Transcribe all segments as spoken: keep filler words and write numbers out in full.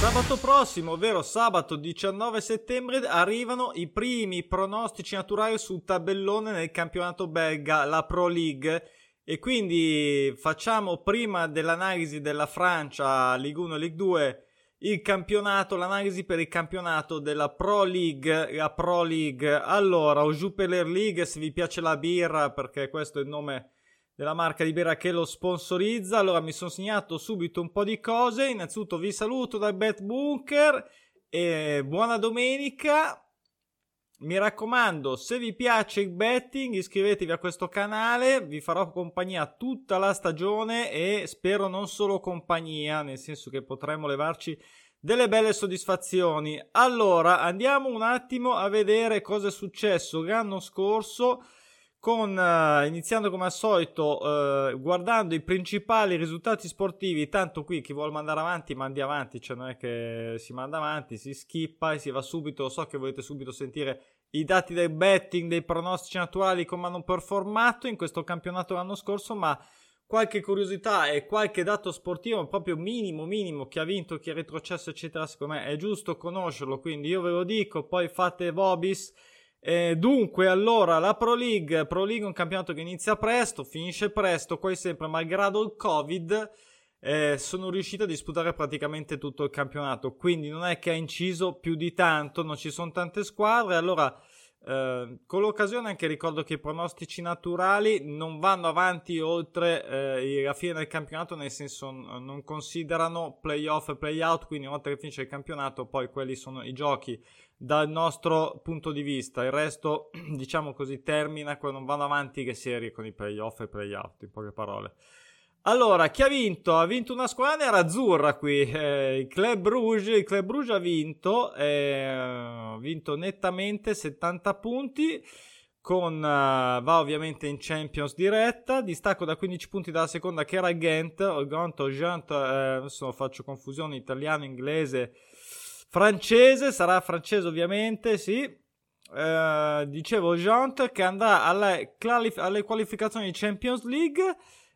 Sabato prossimo, ovvero sabato diciannove settembre, arrivano i primi pronostici naturali sul tabellone nel campionato belga, la Pro League, e quindi facciamo prima dell'analisi della Francia, Ligue uno e Ligue due, il campionato, l'analisi per il campionato della Pro League, la Pro League. Allora, o Jupiler League se vi piace la birra, perché questo è il nome della marca di birra che lo sponsorizza. Allora mi sono segnato subito un po' di cose. Innanzitutto vi saluto dal Bet Bunker e buona domenica. Mi raccomando, se vi piace il betting iscrivetevi a questo canale, vi farò compagnia tutta la stagione e spero non solo compagnia, nel senso che potremo levarci delle belle soddisfazioni. Allora andiamo un attimo a vedere cosa è successo l'anno scorso, con uh, iniziando come al solito uh, guardando i principali risultati sportivi. Tanto qui chi vuole mandare avanti mandi avanti, cioè non è che si manda avanti, si skippa e si va subito. So che volete subito sentire i dati del betting, dei pronostici naturali, come hanno performato in questo campionato l'anno scorso, ma qualche curiosità e qualche dato sportivo proprio minimo minimo, chi ha vinto, chi ha retrocesso eccetera, secondo me è giusto conoscerlo, quindi io ve lo dico, poi fate vobis. Eh, dunque, allora, la Pro League, Pro League è un campionato che inizia presto, finisce presto, poi sempre, malgrado il Covid, eh, sono riuscito a disputare praticamente tutto il campionato, quindi non è che ha inciso più di tanto, non ci sono tante squadre. Allora, eh, con l'occasione anche ricordo che i pronostici naturali non vanno avanti oltre eh, la fine del campionato, nel senso non considerano playoff e playout, quindi una volta che finisce il campionato poi quelli sono i giochi dal nostro punto di vista, il resto diciamo così termina quando non vanno avanti le serie con i playoff e playout, in poche parole. Allora, chi ha vinto? Ha vinto una squadra nerazzurra qui, eh, il Club Bruges. Il Club Bruges ha vinto, eh, ha vinto nettamente settanta punti, con uh, va ovviamente in Champions diretta, distacco da quindici punti dalla seconda che era il Ghent, o Ghent o Gent, eh, adesso faccio confusione, italiano, inglese, francese, sarà francese ovviamente, sì. Eh, dicevo Gent che andrà alle, clali- alle qualificazioni di Champions League.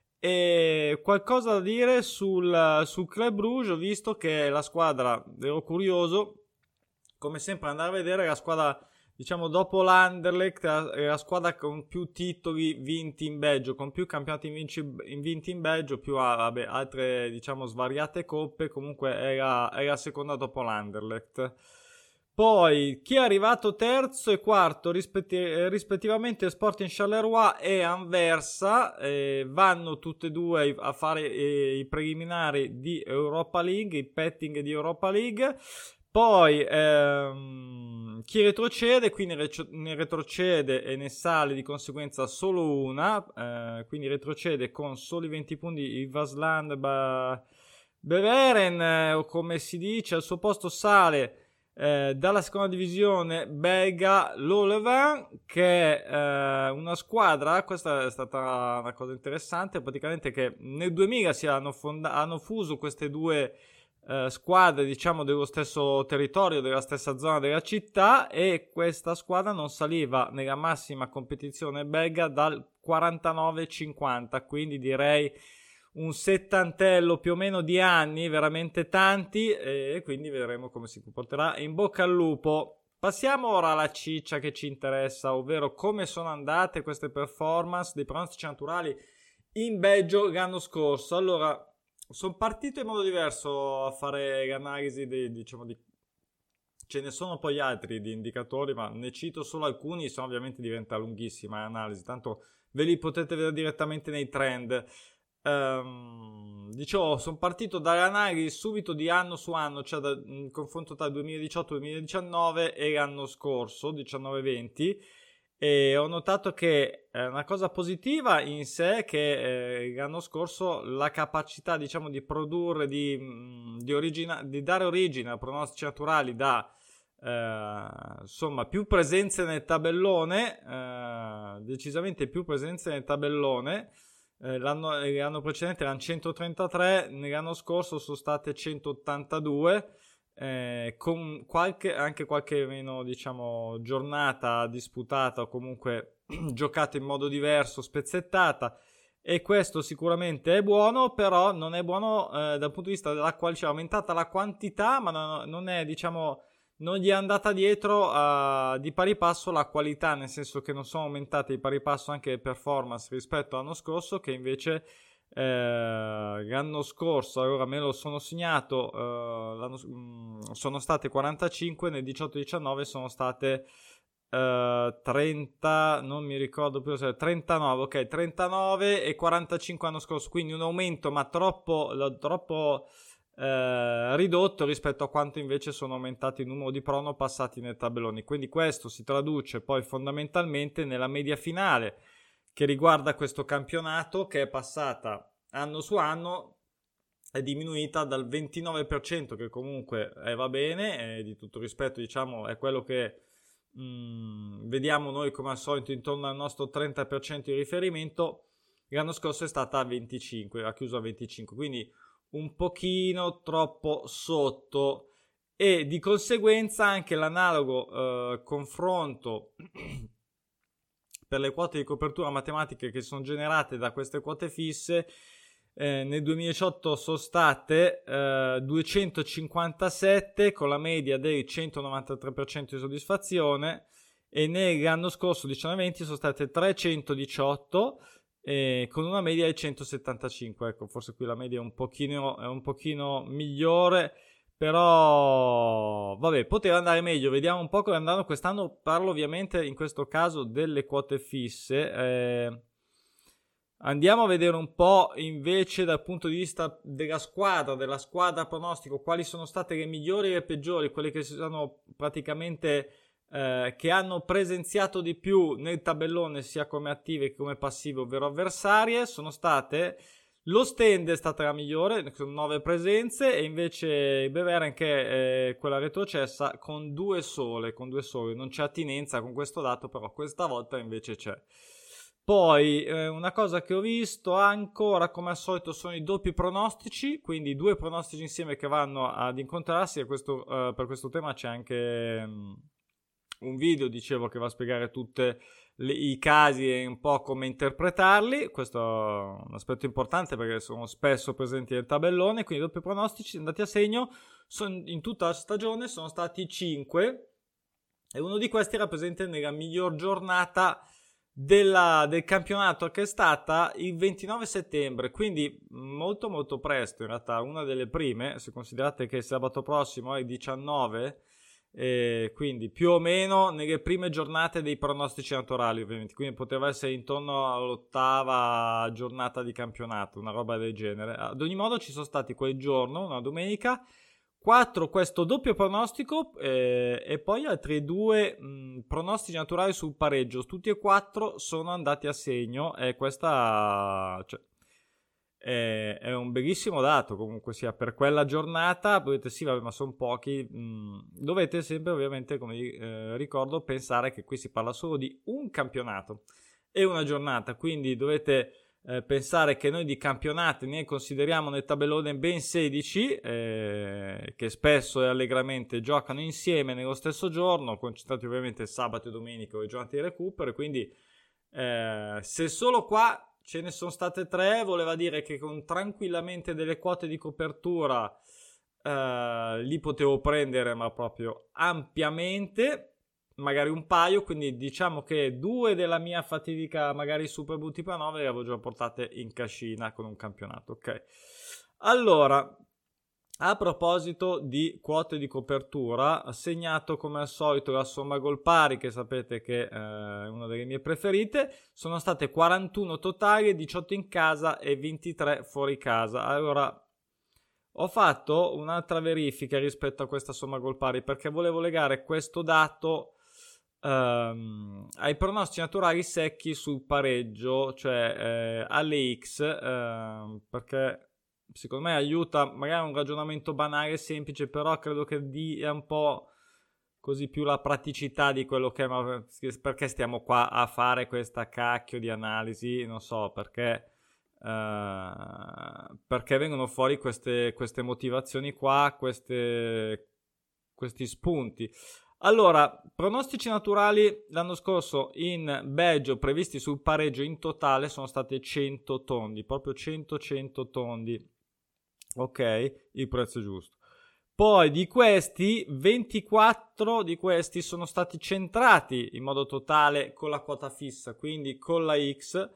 E qualcosa da dire sul, sul Club Bruges, ho visto che la squadra, ero curioso come sempre andare a vedere la squadra, diciamo dopo l'Anderlecht, è la squadra con più titoli vinti in Belgio, con più campionati vinti in Belgio, più vabbè, altre diciamo svariate coppe. Comunque è la, è la seconda dopo l'Anderlecht. Poi chi è arrivato terzo e quarto rispetti- rispettivamente Sporting Charleroi e Anversa, eh, vanno tutte e due a fare eh, i preliminari di Europa League, i petting di Europa League. Poi ehm, chi retrocede, quindi re- ne retrocede e ne sale di conseguenza solo una, eh, quindi retrocede con soli venti punti il Vaasland ba- Beveren, eh, o come si dice, al suo posto sale Eh, dalla seconda divisione belga l'Olevan, che è eh, una squadra, questa è stata una cosa interessante, praticamente che nel duemila si hanno, fonda- hanno fuso queste due eh, squadre, diciamo dello stesso territorio, della stessa zona della città, e questa squadra non saliva nella massima competizione belga dal quarantanove cinquanta, quindi direi un settantello più o meno di anni, veramente tanti, e quindi vedremo come si comporterà. In bocca al lupo. Passiamo ora alla ciccia che ci interessa, ovvero come sono andate queste performance dei pronostici naturali in Belgio l'anno scorso. Allora, sono partito in modo diverso a fare l'analisi dei, diciamo, di... ce ne sono poi altri di indicatori, ma ne cito solo alcuni, se no ovviamente diventa lunghissima l'analisi, tanto ve li potete vedere direttamente nei trend. Um, dicevo, sono partito dall'analisi subito di anno su anno, cioè da, in confronto tra il duemiladiciotto duemiladiciannove e l'anno scorso diciannove venti, e ho notato che è una cosa positiva in sé che eh, l'anno scorso la capacità, diciamo, di produrre, di, di, origina- di dare origine a pronostici naturali da eh, insomma più presenze nel tabellone, eh, decisamente più presenze nel tabellone. Eh, l'anno, l'anno precedente erano centotrentatré, nell'anno scorso sono state centottantadue, eh, con qualche, anche qualche meno, diciamo, giornata disputata o comunque giocata in modo diverso, spezzettata. e questo sicuramente è buono, però non è buono eh, dal punto di vista della qualità. È aumentata la quantità, ma non, non è, diciamo, non gli è andata dietro uh, di pari passo la qualità, nel senso che non sono aumentate di pari passo anche le performance rispetto all'anno scorso, che invece eh, l'anno scorso, allora me lo sono segnato, eh, l'anno, mh, sono state quarantacinque, nel diciotto diciannove sono state Uh, trenta, non mi ricordo più se trentanove, ok, trentanove e quarantacinque l'anno scorso, quindi un aumento ma troppo, troppo uh, ridotto rispetto a quanto invece sono aumentati il numero di prono passati nei tabelloni. Quindi questo si traduce poi fondamentalmente nella media finale che riguarda questo campionato, che è passata anno su anno, è diminuita dal ventinove per cento, che comunque eh, va bene, eh, di tutto rispetto, diciamo, è quello che Mm, vediamo noi come al solito intorno al nostro trenta per cento di riferimento. L'anno scorso è stata a venticinque, ha chiuso a venticinque, quindi un pochino troppo sotto, e di conseguenza anche l'analogo eh, confronto per le quote di copertura matematiche che sono generate da queste quote fisse. Eh, nel duemiladiciotto sono state eh, duecentocinquantasette con la media del centonovantatré per cento di soddisfazione, e nell'anno scorso diciannove venti sono state trecentodiciotto eh, con una media del centosettantacinque. Ecco, forse qui la media è un pochino, è un pochino migliore, però vabbè, poteva andare meglio. Vediamo un po' come andranno quest'anno. Parlo ovviamente in questo caso delle quote fisse. eh, Andiamo a vedere un po' invece dal punto di vista della squadra, della squadra pronostico, quali sono state le migliori e le peggiori, quelle che si sono praticamente eh, che hanno presenziato di più nel tabellone sia come attive che come passive, ovvero avversarie. Sono state l'Ostende è stata la migliore con nove presenze, e invece il Beveren, che è quella retrocessa, con due sole, con due sole. Non c'è attinenza con questo dato, però questa volta invece c'è. Poi eh, una cosa che ho visto ancora come al solito sono i doppi pronostici, quindi due pronostici insieme che vanno ad incontrarsi, e questo, eh, per questo tema c'è anche um, un video, dicevo, che va a spiegare tutti i casi e un po' come interpretarli. Questo è un aspetto importante perché sono spesso presenti nel tabellone. Quindi i doppi pronostici andati a segno sono, in tutta la stagione sono stati cinque, e uno di questi era presente nella miglior giornata Della, del campionato, che è stata il ventinove settembre, quindi molto molto presto, in realtà una delle prime, se considerate che il sabato prossimo è il diciannove, eh, quindi più o meno nelle prime giornate dei pronostici naturali, ovviamente, quindi poteva essere intorno all'ottava giornata di campionato, una roba del genere. Ad ogni modo ci sono stati quel giorno, una domenica, quattro questo doppio pronostico eh, e poi altri due mh, pronostici naturali sul pareggio. Tutti e quattro sono andati a segno, e questa cioè, è, è un bellissimo dato comunque sia per quella giornata. Potete sì, vabbè, ma sono pochi. Mh, dovete sempre ovviamente, come eh, ricordo, pensare che qui si parla solo di un campionato e una giornata, quindi dovete Eh, pensare che noi di campionati ne consideriamo nel tabellone ben sedici, eh, che spesso e allegramente giocano insieme nello stesso giorno, concentrati ovviamente sabato e domenica o i giornate di recupero. Quindi eh, se solo qua ce ne sono state tre, voleva dire che con tranquillamente delle quote di copertura eh, li potevo prendere, ma proprio ampiamente, magari un paio. Quindi diciamo che due della mia fatidica magari Super Multipla nove le avevo già portate in cascina con un campionato. Ok, allora, a proposito di quote di copertura, ho segnato come al solito la somma gol pari, che sapete che è una delle mie preferite. Sono state quarantuno totali, diciotto in casa e ventitré fuori casa. Allora, ho fatto un'altra verifica rispetto a questa somma gol pari, perché volevo legare questo dato Um, ai pronostici naturali secchi sul pareggio, cioè eh, alle X, eh, perché secondo me aiuta. Magari un ragionamento banale e semplice, però credo che dia un po' così più la praticità di quello che è. Ma perché stiamo qua a fare questa cacchio di analisi? Non so perché. Uh, perché vengono fuori queste, queste motivazioni qua, queste, questi spunti. Allora, pronostici naturali l'anno scorso in Belgio previsti sul pareggio in totale sono state cento tondi, proprio cento cento tondi. Ok, il prezzo giusto. Poi di questi, ventiquattro di questi sono stati centrati in modo totale con la quota fissa, quindi con la X.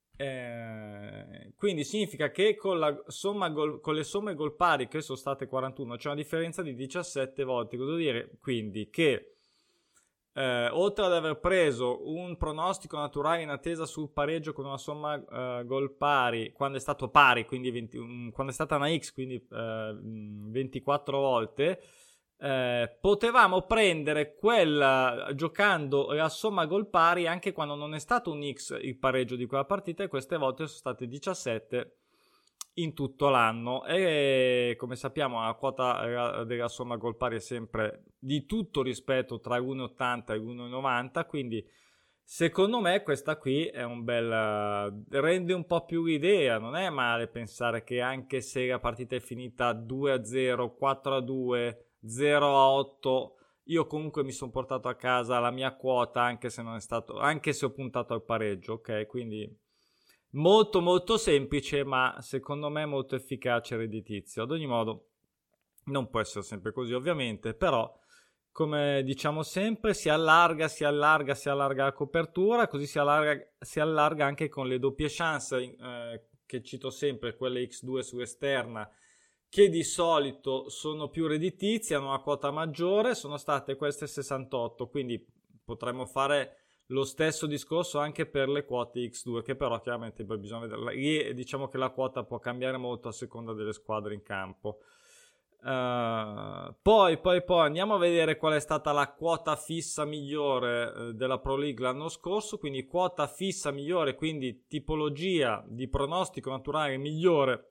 Eh, quindi significa che con, la somma gol, con le somme gol pari, che sono state quarantuno, c'è una differenza di diciassette volte. Cosa vuol dire? Quindi che eh, oltre ad aver preso un pronostico naturale in attesa sul pareggio con una somma eh, gol pari quando è stato pari, quindi venti, um, quando è stata una X, quindi eh, ventiquattro volte, Eh, potevamo prendere quella giocando la somma gol pari anche quando non è stato un X il pareggio di quella partita, e queste volte sono state diciassette in tutto l'anno. E come sappiamo la quota della somma gol pari è sempre di tutto rispetto tra uno virgola ottanta e uno virgola novanta, quindi secondo me questa qui è un bel, rende un po' più l'idea. Non è male pensare che anche se la partita è finita due a zero, quattro a due, zero a otto, io comunque mi sono portato a casa la mia quota, anche se non è stato, anche se ho puntato al pareggio, ok? Quindi molto molto semplice, ma secondo me molto efficace e redditizio. Ad ogni modo non può essere sempre così ovviamente, però come diciamo sempre, si allarga, si allarga, si allarga la copertura, così si allarga, si allarga anche con le doppie chance, eh, che cito sempre, quelle X due sull'esterna, che di solito sono più redditizie, hanno una quota maggiore, sono state queste sessantotto, quindi potremmo fare lo stesso discorso anche per le quote X due, che però chiaramente poi bisogna vedere. Lì diciamo che la quota può cambiare molto a seconda delle squadre in campo. Uh, poi, poi, poi andiamo a vedere qual è stata la quota fissa migliore uh, della Pro League l'anno scorso. Quindi quota fissa migliore, quindi tipologia di pronostico naturale migliore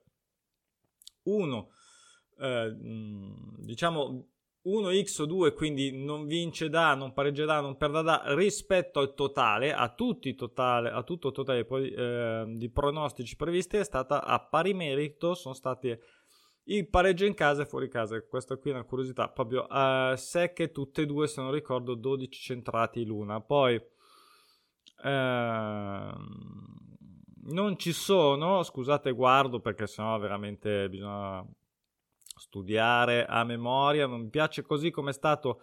uno, uh, diciamo uno X due, quindi non vince da, non pareggia da, non perde da, rispetto al totale, a tutti totale, a tutto il totale uh, di pronostici previsti, è stata a pari merito. Sono stati il pareggio in casa e fuori casa. Questa qui è una curiosità, proprio uh, secche tutte e due, se non ricordo dodici centrati l'una. Poi uh, non ci sono, scusate guardo perché sennò veramente bisogna studiare a memoria, non mi piace così come è stato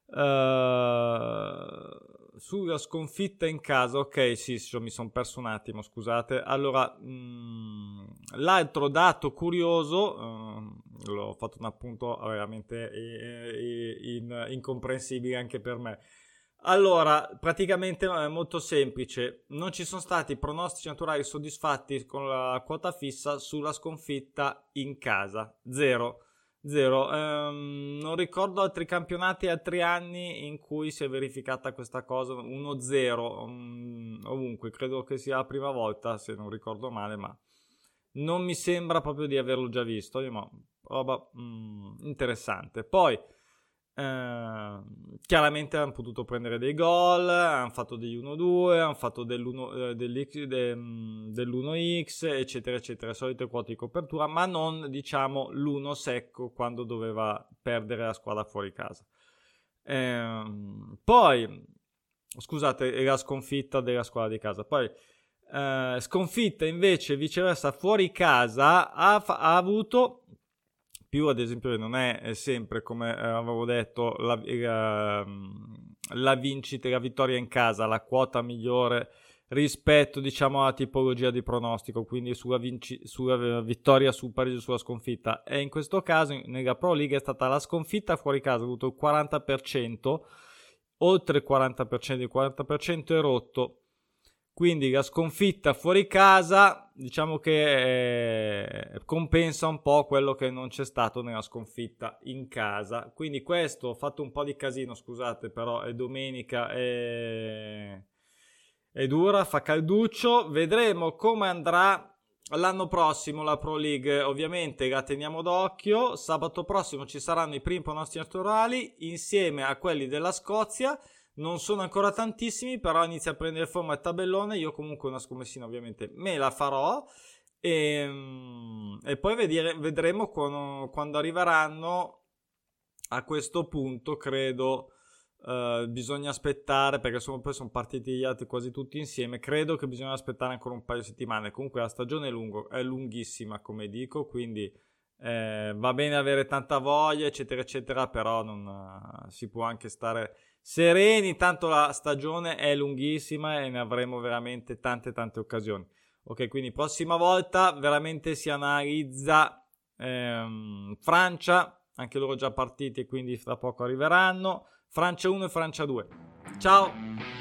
uh, sulla sconfitta in casa. Ok, sì, sì, mi sono perso un attimo, scusate. Allora, mh, l'altro dato curioso, uh, l'ho fatto un appunto veramente in, in, incomprensibile anche per me. Allora, praticamente è molto semplice, non ci sono stati pronostici naturali soddisfatti con la quota fissa sulla sconfitta in casa, zero. Zero. Um, non ricordo altri campionati, altri anni in cui si è verificata questa cosa, uno zero um, ovunque. Credo che sia la prima volta, se non ricordo male, ma non mi sembra proprio di averlo già visto. Ma roba um, interessante. Poi eh, chiaramente hanno potuto prendere dei gol, hanno fatto degli uno due, hanno fatto dell'uno, eh, dell'X, de, dell'uno X, eccetera eccetera, solite quote di copertura, ma non diciamo l'uno secco quando doveva perdere la squadra fuori casa. Eh, poi scusate, la sconfitta della squadra di casa. Poi eh, sconfitta invece viceversa fuori casa ha, ha avuto più, ad esempio, non è sempre, come eh, avevo detto, la, la, la vincita, la vittoria in casa, la quota migliore rispetto, diciamo, alla tipologia di pronostico, quindi sulla, vinci, sulla vittoria sul pareggio, sulla sconfitta. E in questo caso, nella Pro League, è stata la sconfitta fuori casa, ha avuto il quaranta per cento, oltre il quaranta per cento, il quaranta per cento è rotto. Quindi la sconfitta fuori casa, diciamo che eh, compensa un po' quello che non c'è stato nella sconfitta in casa. Quindi questo, ho fatto un po' di casino, scusate, però è domenica, è, è dura, fa calduccio. Vedremo come andrà l'anno prossimo la Pro League, ovviamente la teniamo d'occhio. Sabato prossimo ci saranno i primi pronostici naturali insieme a quelli della Scozia. Non sono ancora tantissimi, però inizia a prendere forma il tabellone. Io comunque una scommessina ovviamente me la farò. E, e poi vedere, vedremo quando, quando arriveranno a questo punto, credo, Uh, bisogna aspettare, perché sono, poi sono partiti gli altri quasi tutti insieme. Credo che bisogna aspettare ancora un paio di settimane. Comunque la stagione è, lungo, è lunghissima, come dico, quindi eh, va bene avere tanta voglia, eccetera eccetera, però non, uh, si può anche stare sereni, tanto la stagione è lunghissima e ne avremo veramente tante tante occasioni. Ok, quindi prossima volta veramente si analizza ehm, Francia, anche loro già partiti e quindi fra poco arriveranno. Francia uno e Francia due. Ciao!